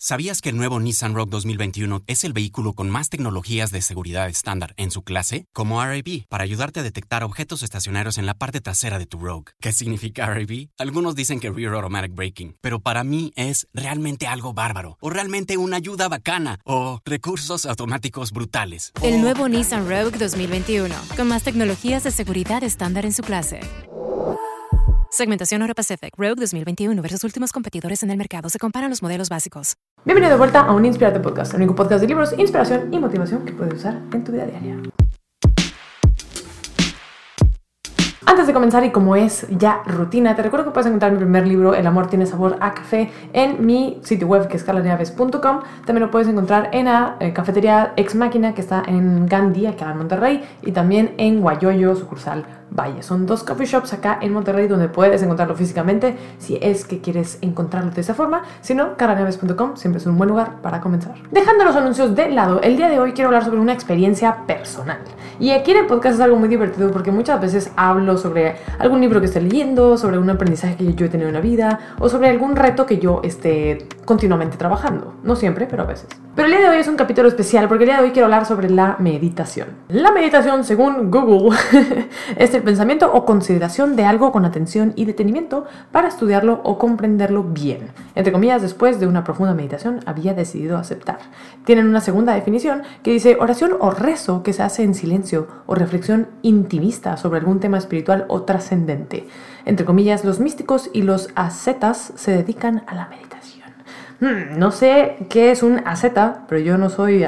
¿Sabías que el nuevo Nissan Rogue 2021 es el vehículo con más tecnologías de seguridad estándar en su clase? Como RAB, para ayudarte a detectar objetos estacionarios en la parte trasera de tu Rogue. ¿Qué significa RAB? Algunos dicen que Rear Automatic Braking, pero para mí es realmente algo bárbaro, o realmente una ayuda bacana, o recursos automáticos brutales. El nuevo Nissan Rogue 2021, con más tecnologías de seguridad estándar en su clase. Segmentación Euro-Pacific Rogue 2021 versus últimos competidores en el mercado. Se comparan los modelos básicos. Bienvenido de vuelta a un Inspirarte Podcast, el único podcast de libros, inspiración y motivación que puedes usar en tu vida diaria. Antes de comenzar, y como es ya rutina, te recuerdo que puedes encontrar mi primer libro, El amor tiene sabor a café, en mi sitio web, que es carlaneaves.com. También lo puedes encontrar en la cafetería Ex Máquina, que está en Gandhi, acá en Monterrey, y también en Guayoyo, sucursal Valle. Son dos coffee shops acá en Monterrey donde puedes encontrarlo físicamente si es que quieres encontrarlo de esa forma. Si no, carlaneaves.com siempre es un buen lugar para comenzar. Dejando los anuncios de lado, el día de hoy quiero hablar sobre una experiencia personal. Y aquí en el podcast es algo muy divertido porque muchas veces hablo sobre algún libro que esté leyendo, sobre un aprendizaje que yo he tenido en la vida o sobre algún reto que yo esté continuamente trabajando. No siempre, pero a veces. Pero el día de hoy es un capítulo especial porque el día de hoy quiero hablar sobre la meditación. La meditación, según Google, es el pensamiento o consideración de algo con atención y detenimiento para estudiarlo o comprenderlo bien. Entre comillas, después de una profunda meditación había decidido aceptar. Tienen una segunda definición que dice oración o rezo que se hace en silencio o reflexión intimista sobre algún tema espiritual o trascendente. Entre comillas, los místicos y los ascetas se dedican a la meditación. No sé qué es un asceta, pero yo no soy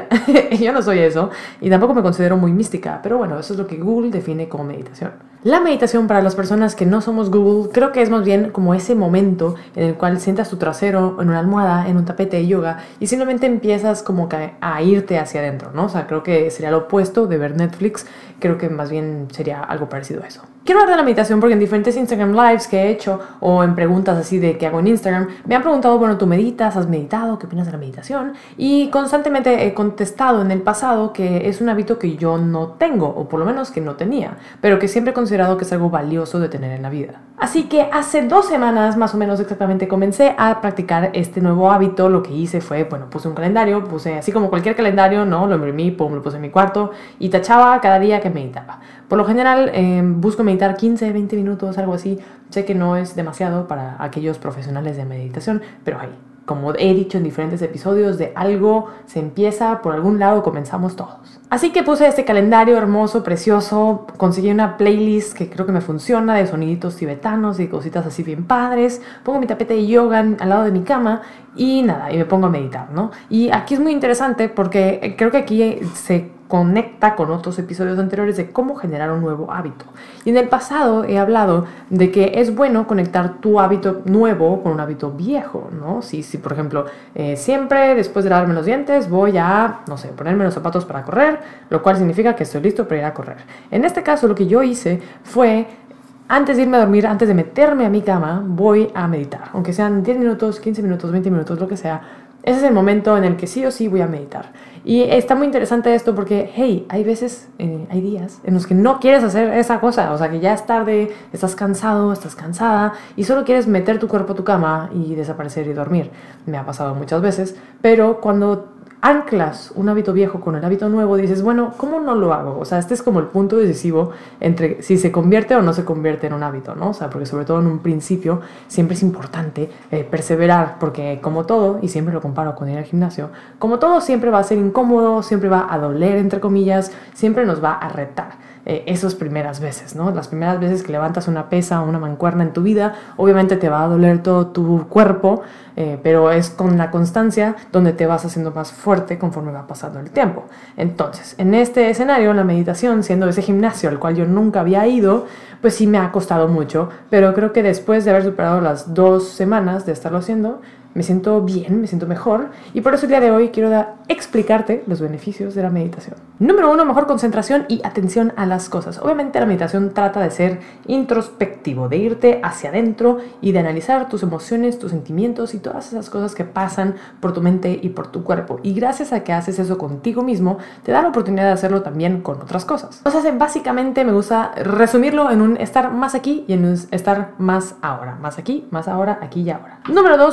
eso y tampoco me considero muy mística, pero bueno, eso es lo que Google define como meditación. La meditación, para las personas que no somos Google, creo que es más bien como ese momento en el cual sientas tu trasero en una almohada, en un tapete de yoga y simplemente empiezas como que a irte hacia adentro, ¿no? O sea, creo que sería lo opuesto de ver Netflix, creo que más bien sería algo parecido a eso. Quiero hablar de la meditación porque en diferentes Instagram Lives que he hecho o en preguntas así de que hago en Instagram, me han preguntado, bueno, ¿tú meditas? ¿Has meditado? ¿Qué opinas de la meditación? Y constantemente he contestado en el pasado que es un hábito que yo no tengo, o por lo menos que no tenía, pero que siempre he considerado que es algo valioso de tener en la vida. Así que hace 2 semanas, más o menos exactamente, comencé a practicar este nuevo hábito. Lo que hice fue, bueno, puse un calendario, puse así como cualquier calendario, ¿no? Lo imprimí, pum, lo puse en mi cuarto y tachaba cada día que meditaba. Por lo general, busco meditar 15, 20 minutos, algo así. Sé que no es demasiado para aquellos profesionales de meditación, pero hey, como he dicho en diferentes episodios, de algo se empieza, por algún lado comenzamos todos. Así que puse este calendario hermoso, precioso, conseguí una playlist que creo que me funciona de soniditos tibetanos y cositas así bien padres, pongo mi tapete de yoga al lado de mi cama y nada, y me pongo a meditar, ¿no? Y aquí es muy interesante porque creo que aquí se conecta con otros episodios anteriores de cómo generar un nuevo hábito. Y en el pasado he hablado de que es bueno conectar tu hábito nuevo con un hábito viejo, ¿no? Si por ejemplo, siempre después de lavarme los dientes voy a, no sé, ponerme los zapatos para correr, lo cual significa que estoy listo para ir a correr. En este caso lo que yo hice fue, antes de irme a dormir, antes de meterme a mi cama, voy a meditar. Aunque sean 10 minutos, 15 minutos, 20 minutos, lo que sea, ese es el momento en el que sí o sí voy a meditar. Y está muy interesante esto porque, hey, hay veces, hay días en los que no quieres hacer esa cosa. O sea, que ya es tarde, estás cansado, estás cansada y solo quieres meter tu cuerpo a tu cama y desaparecer y dormir. Me ha pasado muchas veces, pero cuando anclas un hábito viejo con el hábito nuevo, dices, bueno, ¿cómo no lo hago? O sea, este es como el punto decisivo entre si se convierte o no se convierte en un hábito, ¿no? O sea, porque sobre todo en un principio siempre es importante perseverar, porque como todo, y siempre lo comparo con ir al gimnasio, como todo siempre va a ser incómodo, siempre va a doler, entre comillas, siempre nos va a retar. Esas primeras veces, ¿no? Las primeras veces que levantas una pesa o una mancuerna en tu vida, obviamente te va a doler todo tu cuerpo, pero es con la constancia donde te vas haciendo más fuerte conforme va pasando el tiempo. Entonces, en este escenario, la meditación, siendo ese gimnasio al cual yo nunca había ido, pues sí me ha costado mucho, pero creo que después de haber superado las 2 semanas de estarlo haciendo, me siento bien, me siento mejor, y por eso el día de hoy quiero explicarte los beneficios de la meditación. Número 1, mejor concentración y atención a las cosas. Obviamente la meditación trata de ser introspectivo, de irte hacia adentro y de analizar tus emociones, tus sentimientos y todas esas cosas que pasan por tu mente y por tu cuerpo. Y gracias a que haces eso contigo mismo, te da la oportunidad de hacerlo también con otras cosas. Entonces, básicamente me gusta resumirlo en un estar más aquí y en un estar más ahora. Más aquí, más ahora, aquí y ahora. Número 2, mejora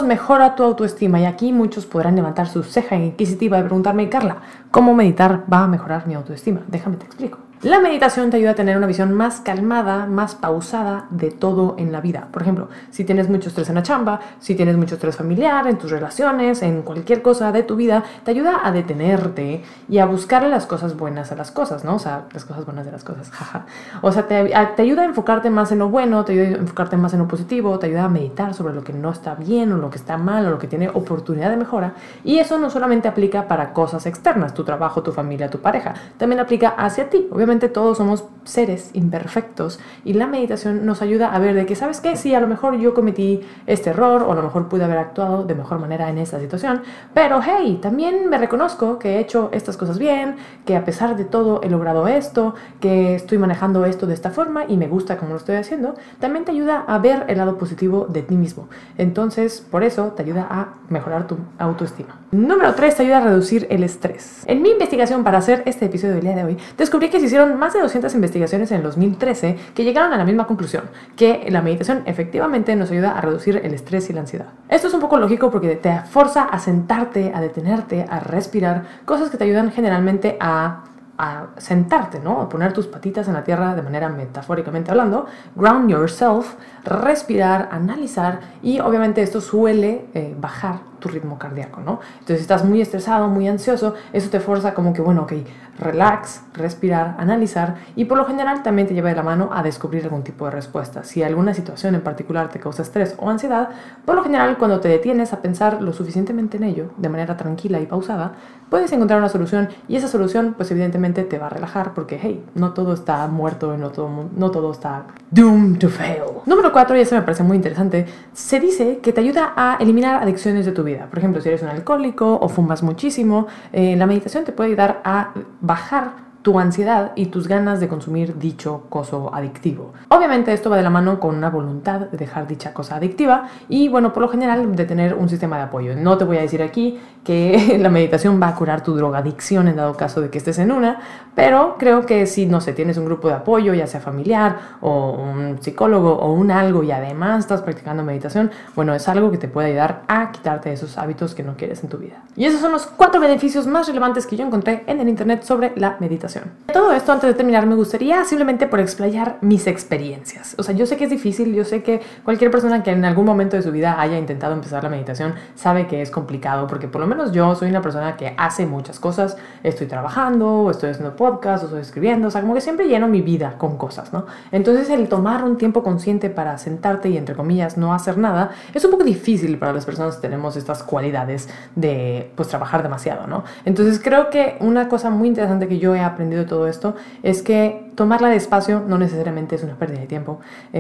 eleva tu autoestima. Y aquí muchos podrán levantar su ceja inquisitiva y preguntarme, Carla, ¿cómo meditar va a mejorar mi autoestima? Déjame te explico. La meditación te ayuda a tener una visión más calmada, más pausada de todo en la vida. Por ejemplo, si tienes mucho estrés en la chamba, si tienes mucho estrés familiar, en tus relaciones, en cualquier cosa de tu vida, te ayuda a detenerte y a buscarle las cosas buenas a las cosas, ¿no? O sea, las cosas buenas de las cosas, jaja. O sea, te ayuda a enfocarte más en lo bueno, te ayuda a enfocarte más en lo positivo, te ayuda a meditar sobre lo que no está bien o lo que está mal o lo que tiene oportunidad de mejora. Y eso no solamente aplica para cosas externas, tu trabajo, tu familia, tu pareja, también aplica hacia ti. Obviamente todos somos seres imperfectos y la meditación nos ayuda a ver de que, ¿sabes qué? Sí, a lo mejor yo cometí este error o a lo mejor pude haber actuado de mejor manera en esta situación, pero hey, también me reconozco que he hecho estas cosas bien, que a pesar de todo he logrado esto, que estoy manejando esto de esta forma y me gusta cómo lo estoy haciendo. También te ayuda a ver el lado positivo de ti mismo. Entonces, por eso te ayuda a mejorar tu autoestima. Número 3, te ayuda a reducir el estrés. En mi investigación para hacer este episodio del día de hoy, descubrí que se hicieron más de 200 investigaciones en el 2013 que llegaron a la misma conclusión, que la meditación efectivamente nos ayuda a reducir el estrés y la ansiedad. Esto es un poco lógico porque te forza a sentarte, a detenerte, a respirar, cosas que te ayudan generalmente a sentarte, ¿no? A poner tus patitas en la tierra de manera metafóricamente hablando, ground yourself, respirar, analizar y obviamente esto suele bajar tu ritmo cardíaco, ¿no? Entonces si estás muy estresado, muy ansioso, eso te fuerza como que, bueno, ok, relax, respirar, analizar y por lo general también te lleva de la mano a descubrir algún tipo de respuesta. Si alguna situación en particular te causa estrés o ansiedad, por lo general cuando te detienes a pensar lo suficientemente en ello, de manera tranquila y pausada, puedes encontrar una solución y esa solución pues evidentemente te va a relajar porque, hey, no todo está muerto, no todo está doomed to fail. Número 4, y eso me parece muy interesante, se dice que te ayuda a eliminar adicciones de tu vida. Por ejemplo, si eres un alcohólico o fumas muchísimo, la meditación te puede ayudar a bajar tu ansiedad y tus ganas de consumir dicho coso adictivo. Obviamente esto va de la mano con una voluntad de dejar dicha cosa adictiva y bueno, por lo general de tener un sistema de apoyo. No te voy a decir aquí que la meditación va a curar tu drogadicción en dado caso de que estés en una, pero creo que si, no sé, tienes un grupo de apoyo, ya sea familiar o un psicólogo o un algo y además estás practicando meditación, bueno, es algo que te puede ayudar a quitarte esos hábitos que no quieres en tu vida. Y esos son los 4 beneficios más relevantes que yo encontré en el internet sobre la meditación. Todo esto, antes de terminar, me gustaría simplemente por explayar mis experiencias. O sea, yo sé que es difícil, yo sé que cualquier persona que en algún momento de su vida haya intentado empezar la meditación sabe que es complicado, porque por lo menos yo soy una persona que hace muchas cosas. Estoy trabajando, o estoy haciendo podcast, o estoy escribiendo, o sea, como que siempre lleno mi vida con cosas, ¿no? Entonces, el tomar un tiempo consciente para sentarte y, entre comillas, no hacer nada, es un poco difícil para las personas que tenemos estas cualidades de, pues, trabajar demasiado, ¿no? Entonces, creo que una cosa muy interesante que yo he aprendido de todo esto es que tomarla despacio no necesariamente es una pérdida de tiempo,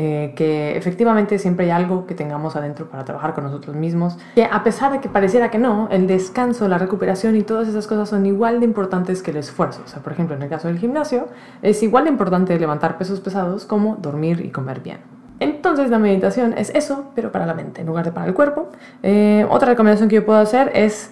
que efectivamente siempre hay algo que tengamos adentro para trabajar con nosotros mismos, que a pesar de que pareciera que no, el descanso, la recuperación y todas esas cosas son igual de importantes que el esfuerzo. O sea, por ejemplo, en el caso del gimnasio es igual de importante levantar pesos pesados como dormir y comer bien. Entonces la meditación es eso, pero para la mente en lugar de para el cuerpo. Otra recomendación que yo puedo hacer es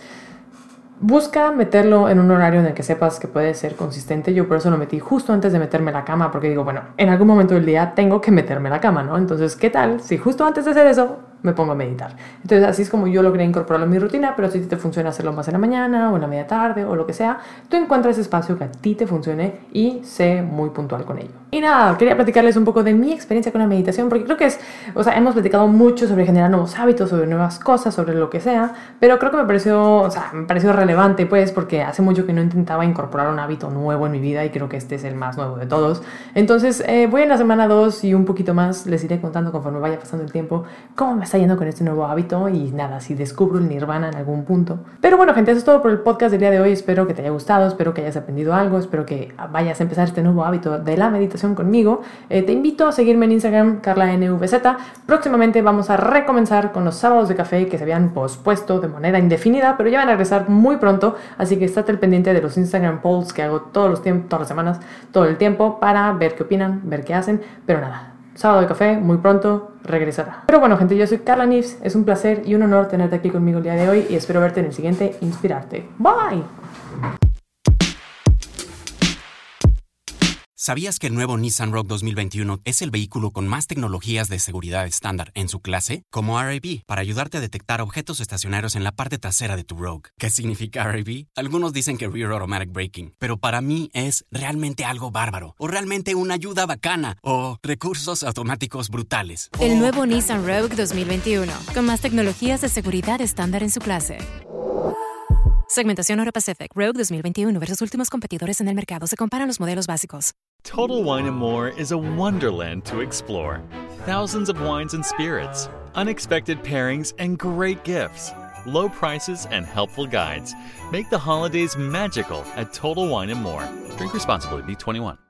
busca meterlo en un horario en el que sepas que puede ser consistente. Yo por eso lo metí justo antes de meterme a la cama, porque digo, bueno, en algún momento del día tengo que meterme a la cama, ¿no? Entonces, ¿qué tal si justo antes de hacer eso me pongo a meditar? Entonces, así es como yo logré incorporarlo en mi rutina, pero si te funciona hacerlo más en la mañana o en la media tarde o lo que sea, tú encuentras ese espacio que a ti te funcione y sé muy puntual con ello. Y nada, quería platicarles un poco de mi experiencia con la meditación, porque creo que es, o sea, hemos platicado mucho sobre generar nuevos hábitos, sobre nuevas cosas, sobre lo que sea, pero creo que me pareció relevante, pues, porque hace mucho que no intentaba incorporar un hábito nuevo en mi vida y creo que este es el más nuevo de todos. Entonces, voy en la semana 2 y un poquito más, les iré contando conforme vaya pasando el tiempo cómo me está yendo con este nuevo hábito y nada, si descubro el nirvana en algún punto. Pero bueno, gente, eso es todo por el podcast del día de hoy. Espero que te haya gustado, espero que hayas aprendido algo, espero que vayas a empezar este nuevo hábito de la meditación conmigo. Te invito a seguirme en Instagram, CarlaNVZ. Próximamente vamos a recomenzar con los sábados de café que se habían pospuesto de manera indefinida, pero ya van a regresar muy pronto, así que estate al pendiente de los Instagram polls que hago todas las semanas, todo el tiempo, para ver qué opinan, ver qué hacen, pero nada, sábado de café muy pronto regresará. Pero bueno, gente, yo soy Carla Nifs, es un placer y un honor tenerte aquí conmigo el día de hoy y espero verte en el siguiente Inspirarte. Bye. ¿Sabías que el nuevo Nissan Rogue 2021 es el vehículo con más tecnologías de seguridad estándar en su clase? Como RAB, para ayudarte a detectar objetos estacionarios en la parte trasera de tu Rogue. ¿Qué significa RAB? Algunos dicen que Rear Automatic Braking, pero para mí es realmente algo bárbaro, o realmente una ayuda bacana, o recursos automáticos brutales. El nuevo Nissan Rogue 2021, con más tecnologías de seguridad estándar en su clase. Segmentación Euro Pacific Rogue 2021 versus últimos competidores en el mercado. Se comparan los modelos básicos. Total Wine & More is a wonderland to explore. Thousands of wines and spirits, unexpected pairings, and great gifts. Low prices and helpful guides make the holidays magical at Total Wine & More. Drink responsibly. Be 21.